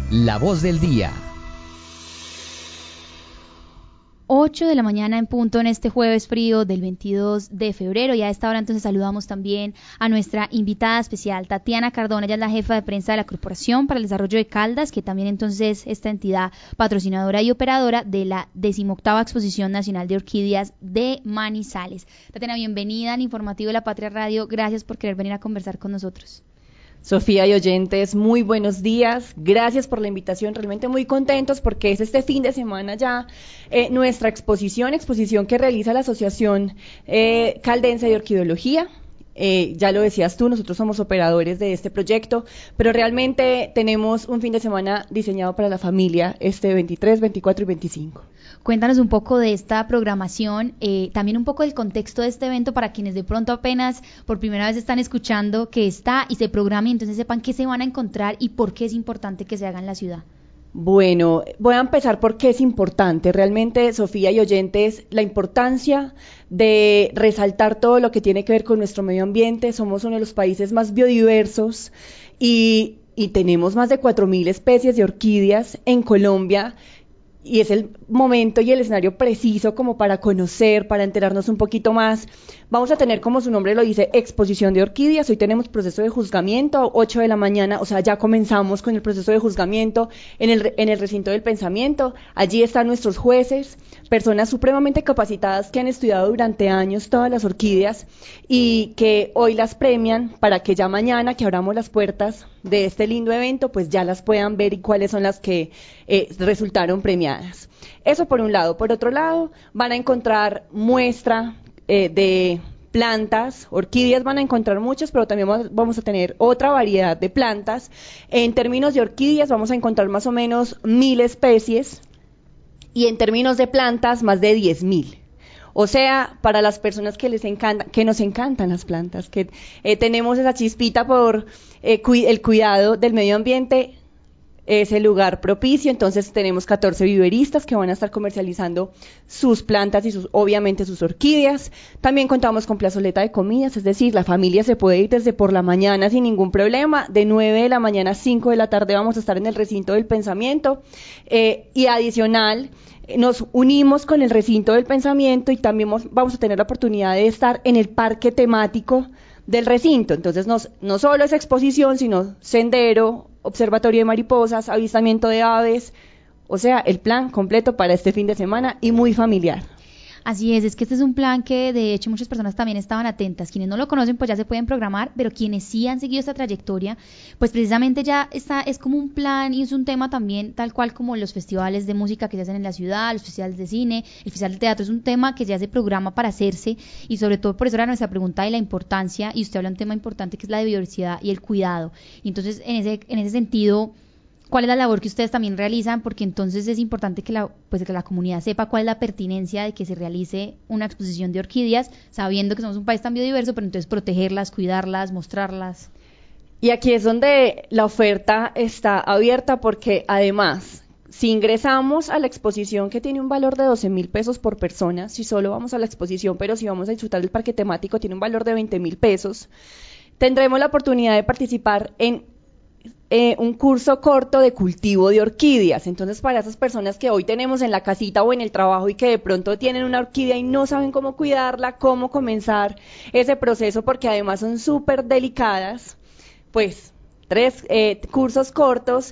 La Voz del Día. 8 de la mañana en punto en este jueves frío del 22 de febrero, y a esta hora entonces saludamos también a nuestra invitada especial, Tatiana Cardona. Ella es la jefa de prensa de la Corporación para el Desarrollo de Caldas, que también entonces es esta entidad patrocinadora y operadora de la 18ª Exposición Nacional de Orquídeas de Manizales. Tatiana, bienvenida al informativo de La Patria Radio, gracias por querer venir a conversar con nosotros. Sofía y oyentes, muy buenos días, gracias por la invitación, realmente muy contentos porque es este fin de semana ya nuestra exposición que realiza la Asociación Caldense de Orquidología. Ya lo decías tú, nosotros somos operadores de este proyecto, pero realmente tenemos un fin de semana diseñado para la familia, este 23, 24 y 25. Cuéntanos un poco de esta programación, también un poco del contexto de este evento para quienes de pronto apenas por primera vez están escuchando que está y se programa, y entonces sepan qué se van a encontrar y por qué es importante que se haga en la ciudad. Bueno, voy a empezar por qué es importante. Realmente, Sofía y oyentes, la importancia de resaltar todo lo que tiene que ver con nuestro medio ambiente. Somos uno de los países más biodiversos y tenemos más de 4.000 especies de orquídeas en Colombia. Y es el momento y el escenario preciso como para conocer, para enterarnos un poquito más. Vamos a tener, como su nombre lo dice, exposición de orquídeas. Hoy tenemos proceso de juzgamiento, 8 de la mañana, o sea, ya comenzamos con el proceso de juzgamiento en el recinto del pensamiento. Allí están nuestros jueces, personas supremamente capacitadas que han estudiado durante años todas las orquídeas y que hoy las premian para que ya mañana, que abramos las puertas de este lindo evento, pues ya las puedan ver y cuáles son las que resultaron premiadas. Eso por un lado. Por otro lado, van a encontrar muestra de plantas, orquídeas van a encontrar muchas, pero también vamos a tener otra variedad de plantas. En términos de orquídeas vamos a encontrar más o menos 1.000 especies y en términos de plantas más de 10.000. O sea, para las personas que les encanta, que nos encantan las plantas, que tenemos esa chispita por el cuidado del medio ambiente, es el lugar propicio. Entonces tenemos 14 viveristas que van a estar comercializando sus plantas y obviamente sus orquídeas. También contamos con plazoleta de comidas, es decir, la familia se puede ir desde por la mañana sin ningún problema. De 9 de la mañana a 5 de la tarde vamos a estar en el recinto del pensamiento y adicional nos unimos con el recinto del pensamiento y también vamos a tener la oportunidad de estar en el parque temático del recinto. Entonces no solo es exposición, sino sendero, observatorio de mariposas, avistamiento de aves, o sea, el plan completo para este fin de semana y muy familiar. Así es que este es un plan que de hecho muchas personas también estaban atentas. Quienes no lo conocen pues ya se pueden programar, pero quienes sí han seguido esta trayectoria, pues precisamente ya es como un plan y es un tema también tal cual como los festivales de música que se hacen en la ciudad, los festivales de cine, el festival de teatro. Es un tema que ya se programa para hacerse y sobre todo por eso era nuestra pregunta de la importancia, y usted habla de un tema importante que es la biodiversidad y el cuidado. Y entonces en ese sentido, ¿cuál es la labor que ustedes también realizan? Porque entonces es importante que la comunidad sepa cuál es la pertinencia de que se realice una exposición de orquídeas, sabiendo que somos un país tan biodiverso, pero entonces protegerlas, cuidarlas, mostrarlas. Y aquí es donde la oferta está abierta, porque además, si ingresamos a la exposición, que tiene un valor de 12.000 pesos por persona, si solo vamos a la exposición, pero si vamos a disfrutar del parque temático, tiene un valor de 20.000 pesos, tendremos la oportunidad de participar en un curso corto de cultivo de orquídeas. Entonces, para esas personas que hoy tenemos en la casita o en el trabajo y que de pronto tienen una orquídea y no saben cómo cuidarla, cómo comenzar ese proceso, porque además son súper delicadas, pues 3 cursos cortos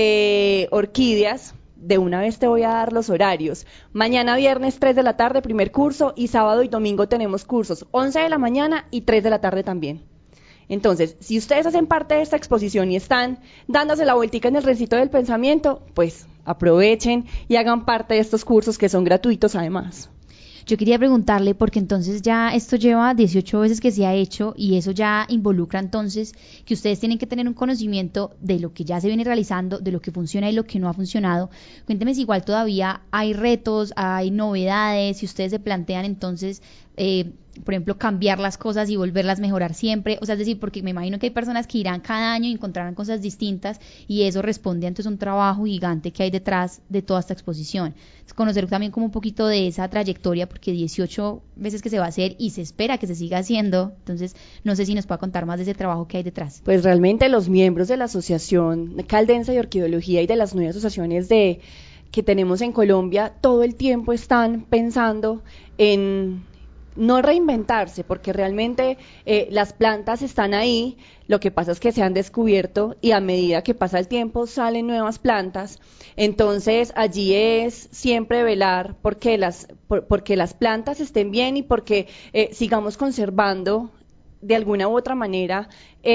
de orquídeas. De una vez te voy a dar los horarios. Mañana viernes 3 de la tarde primer curso, y sábado y domingo tenemos cursos 11 de la mañana y 3 de la tarde también. Entonces, si ustedes hacen parte de esta exposición y están dándose la vueltica en el recinto del pensamiento, pues aprovechen y hagan parte de estos cursos que son gratuitos además. Yo quería preguntarle, porque entonces ya esto lleva 18 veces que se ha hecho y eso ya involucra entonces que ustedes tienen que tener un conocimiento de lo que ya se viene realizando, de lo que funciona y lo que no ha funcionado. Cuénteme si igual todavía hay retos, hay novedades, si ustedes se plantean entonces por ejemplo, cambiar las cosas y volverlas a mejorar siempre? O sea, es decir, porque me imagino que hay personas que irán cada año y encontrarán cosas distintas y eso responde entonces a un trabajo gigante que hay detrás de toda esta exposición. Es conocer también como un poquito de esa trayectoria, porque 18 veces que se va a hacer y se espera que se siga haciendo, entonces no sé si nos pueda contar más de ese trabajo que hay detrás. Pues realmente los miembros de la Asociación Caldense de Orquideología y de las nuevas asociaciones que tenemos en Colombia todo el tiempo están pensando en no reinventarse, porque realmente las plantas están ahí, lo que pasa es que se han descubierto y a medida que pasa el tiempo salen nuevas plantas, entonces allí es siempre velar porque las plantas estén bien y porque sigamos conservando de alguna u otra manera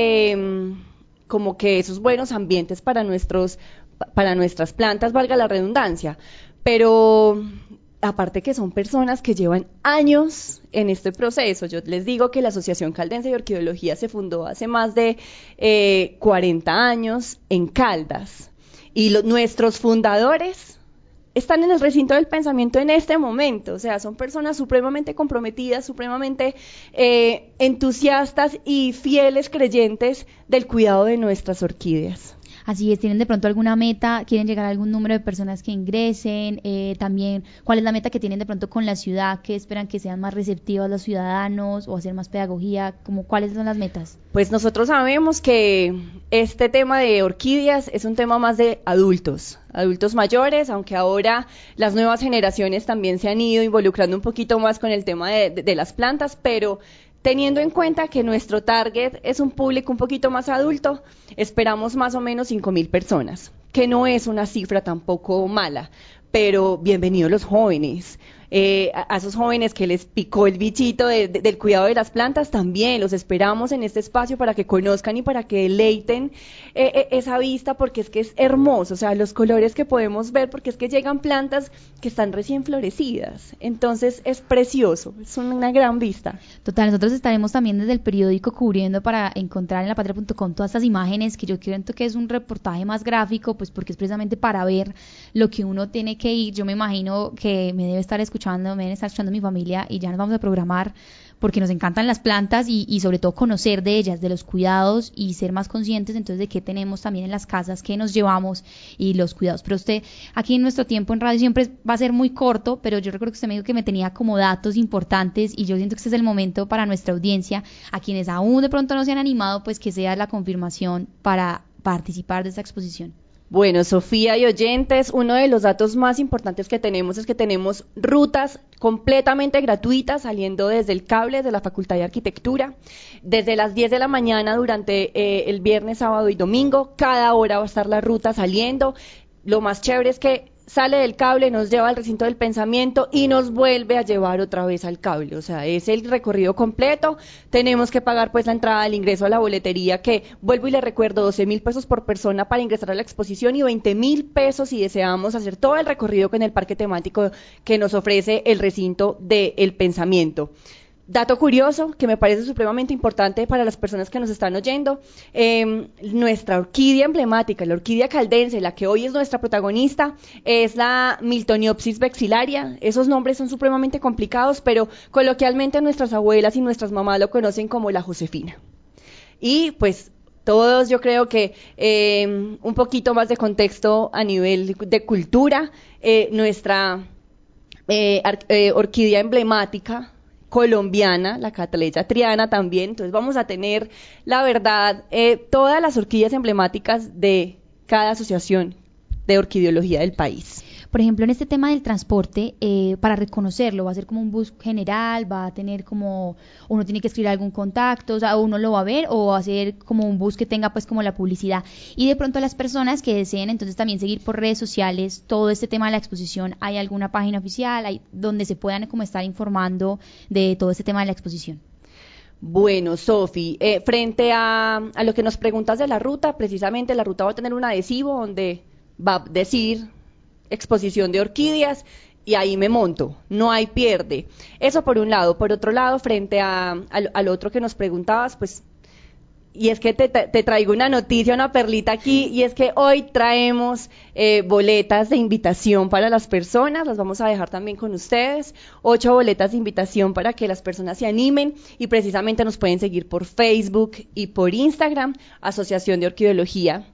como que esos buenos ambientes para nuestras plantas, valga la redundancia, pero aparte que son personas que llevan años en este proceso. Yo les digo que la Asociación Caldense de Orquideología se fundó hace más de 40 años en Caldas y nuestros fundadores están en el recinto del pensamiento en este momento, o sea, son personas supremamente comprometidas, supremamente entusiastas y fieles creyentes del cuidado de nuestras orquídeas. Así es, ¿tienen de pronto alguna meta? ¿Quieren llegar a algún número de personas que ingresen? También, ¿cuál es la meta que tienen de pronto con la ciudad? ¿Qué esperan que sean más receptivos los ciudadanos o hacer más pedagogía? ¿Cuáles son las metas? Pues nosotros sabemos que este tema de orquídeas es un tema más de adultos mayores, aunque ahora las nuevas generaciones también se han ido involucrando un poquito más con el tema de las plantas, pero teniendo en cuenta que nuestro target es un público un poquito más adulto, esperamos más o menos 5.000 personas, que no es una cifra tampoco mala, pero bienvenidos los jóvenes. A esos jóvenes que les picó el bichito del cuidado de las plantas, también los esperamos en este espacio para que conozcan y para que deleiten esa vista, porque es que es hermoso, o sea, los colores que podemos ver, porque es que llegan plantas que están recién florecidas, entonces es precioso, es una gran vista. Total, nosotros estaremos también desde el periódico cubriendo para encontrar en lapatria.com todas estas imágenes, que yo creo que es un reportaje más gráfico, pues porque es precisamente para ver lo que uno tiene que ir. Yo me imagino que me debe estar escuchando mi familia y ya nos vamos a programar porque nos encantan las plantas y sobre todo conocer de ellas, de los cuidados y ser más conscientes entonces de qué tenemos también en las casas, qué nos llevamos y los cuidados. Pero usted, aquí en nuestro tiempo en radio siempre va a ser muy corto, pero yo recuerdo que usted me dijo que me tenía como datos importantes y yo siento que este es el momento para nuestra audiencia, a quienes aún de pronto no se han animado, pues que sea la confirmación para participar de esta exposición. Bueno, Sofía y oyentes, uno de los datos más importantes que tenemos es que tenemos rutas completamente gratuitas saliendo desde el cable de la Facultad de Arquitectura, desde las 10 de la mañana durante el viernes, sábado y domingo, cada hora va a estar la ruta saliendo. Lo más chévere es que sale del cable, nos lleva al recinto del pensamiento y nos vuelve a llevar otra vez al cable, o sea, es el recorrido completo. Tenemos que pagar pues la entrada, el ingreso a la boletería, que vuelvo y le recuerdo, 12.000 pesos por persona para ingresar a la exposición y 20.000 pesos si deseamos hacer todo el recorrido con el parque temático que nos ofrece el recinto del pensamiento. Dato curioso que me parece supremamente importante para las personas que nos están oyendo, nuestra orquídea emblemática, la orquídea caldense, la que hoy es nuestra protagonista, es la Miltoniopsis vexillaria. Esos nombres son supremamente complicados, pero coloquialmente nuestras abuelas y nuestras mamás lo conocen como la Josefina. Y pues todos yo creo que un poquito más de contexto a nivel de cultura, nuestra orquídea emblemática colombiana, la Cattleya triana también. Entonces vamos a tener, la verdad, todas las orquídeas emblemáticas de cada asociación de orquideología del país. Por ejemplo, en este tema del transporte, para reconocerlo, va a ser como un bus general, va a tener como, uno tiene que escribir algún contacto, o sea, uno lo va a ver, o va a ser como un bus que tenga pues como la publicidad. Y de pronto las personas que deseen entonces también seguir por redes sociales todo este tema de la exposición, ¿hay alguna página oficial donde se puedan como estar informando de todo este tema de la exposición? Bueno, Sofi, frente a lo que nos preguntas de la ruta, precisamente la ruta va a tener un adhesivo donde va a decir exposición de orquídeas y ahí me monto, no hay pierde. Eso por un lado. Por otro lado, frente al otro que nos preguntabas, pues Y es que te traigo una noticia, una perlita aquí, y es que hoy traemos boletas de invitación para las personas, las vamos a dejar también con ustedes, 8 boletas de invitación para que las personas se animen, y precisamente nos pueden seguir por Facebook y por Instagram, Asociación de Orquideología,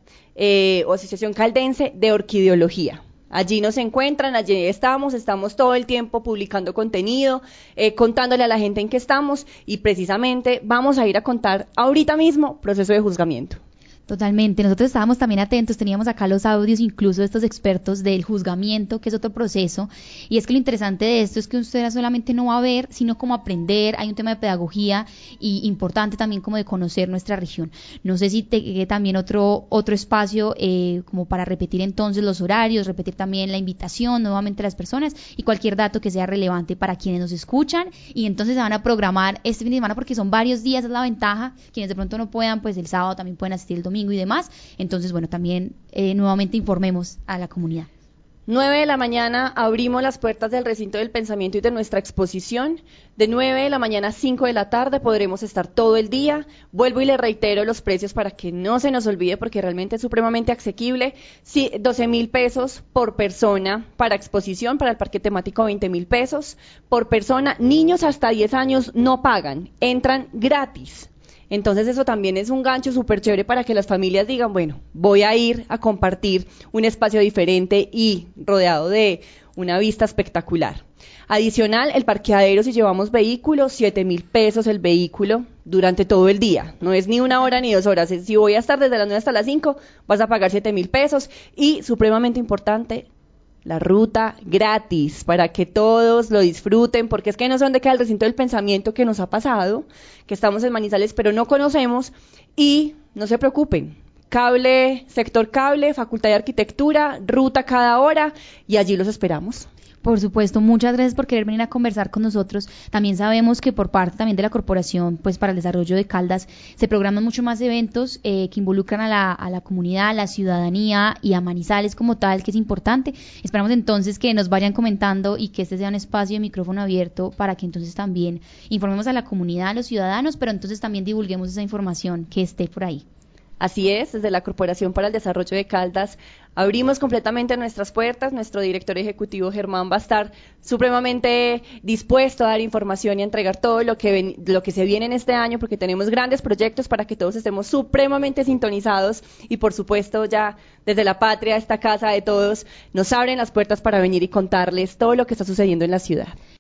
o Asociación Caldense de Orquideología. Allí nos encuentran, allí estamos todo el tiempo publicando contenido, contándole a la gente en qué estamos, y precisamente vamos a ir a contar ahorita mismo proceso de juzgamiento. Totalmente, nosotros estábamos también atentos, teníamos acá los audios incluso de estos expertos del juzgamiento, que es otro proceso, y es que lo interesante de esto es que usted solamente no va a ver, sino como aprender, hay un tema de pedagogía y importante también como de conocer nuestra región. No sé si te quede también otro espacio como para repetir entonces los horarios, repetir también la invitación nuevamente a las personas y cualquier dato que sea relevante para quienes nos escuchan, y entonces se van a programar este fin de semana porque son varios días, es la ventaja, quienes de pronto no puedan, pues el sábado también pueden asistir el domingo y demás. Entonces, bueno, también nuevamente informemos a la comunidad. 9 de la mañana abrimos las puertas del recinto del pensamiento y de nuestra exposición. De 9 de la mañana a 5 de la tarde podremos estar todo el día. Vuelvo y le reitero los precios para que no se nos olvide, porque realmente es supremamente asequible. Sí, 12.000 pesos por persona para exposición, para el parque temático 20.000 pesos por persona. Niños hasta 10 años no pagan, entran gratis. Entonces eso también es un gancho súper chévere para que las familias digan, bueno, voy a ir a compartir un espacio diferente y rodeado de una vista espectacular. Adicional, el parqueadero, si llevamos vehículos, 7.000 pesos el vehículo durante todo el día. No es ni 1 hora ni 2 horas. Si voy a estar desde las 9 hasta las 5, vas a pagar 7.000 pesos. Y, supremamente importante, la ruta gratis, para que todos lo disfruten, porque es que no sé dónde queda el recinto del pensamiento, que nos ha pasado, que estamos en Manizales pero no conocemos, y no se preocupen, cable, sector cable, Facultad de Arquitectura, ruta cada hora, y allí los esperamos. Por supuesto, muchas gracias por querer venir a conversar con nosotros. También sabemos que por parte también de la Corporación, pues para el desarrollo de Caldas, se programan mucho más eventos que involucran a la comunidad, a la ciudadanía y a Manizales como tal, que es importante. Esperamos entonces que nos vayan comentando y que este sea un espacio de micrófono abierto para que entonces también informemos a la comunidad, a los ciudadanos, pero entonces también divulguemos esa información que esté por ahí. Así es, desde la Corporación para el Desarrollo de Caldas abrimos completamente nuestras puertas. Nuestro director ejecutivo Germán va a estar supremamente dispuesto a dar información y a entregar todo lo que se viene en este año, porque tenemos grandes proyectos para que todos estemos supremamente sintonizados, y por supuesto ya desde la patria, esta casa de todos, nos abren las puertas para venir y contarles todo lo que está sucediendo en la ciudad.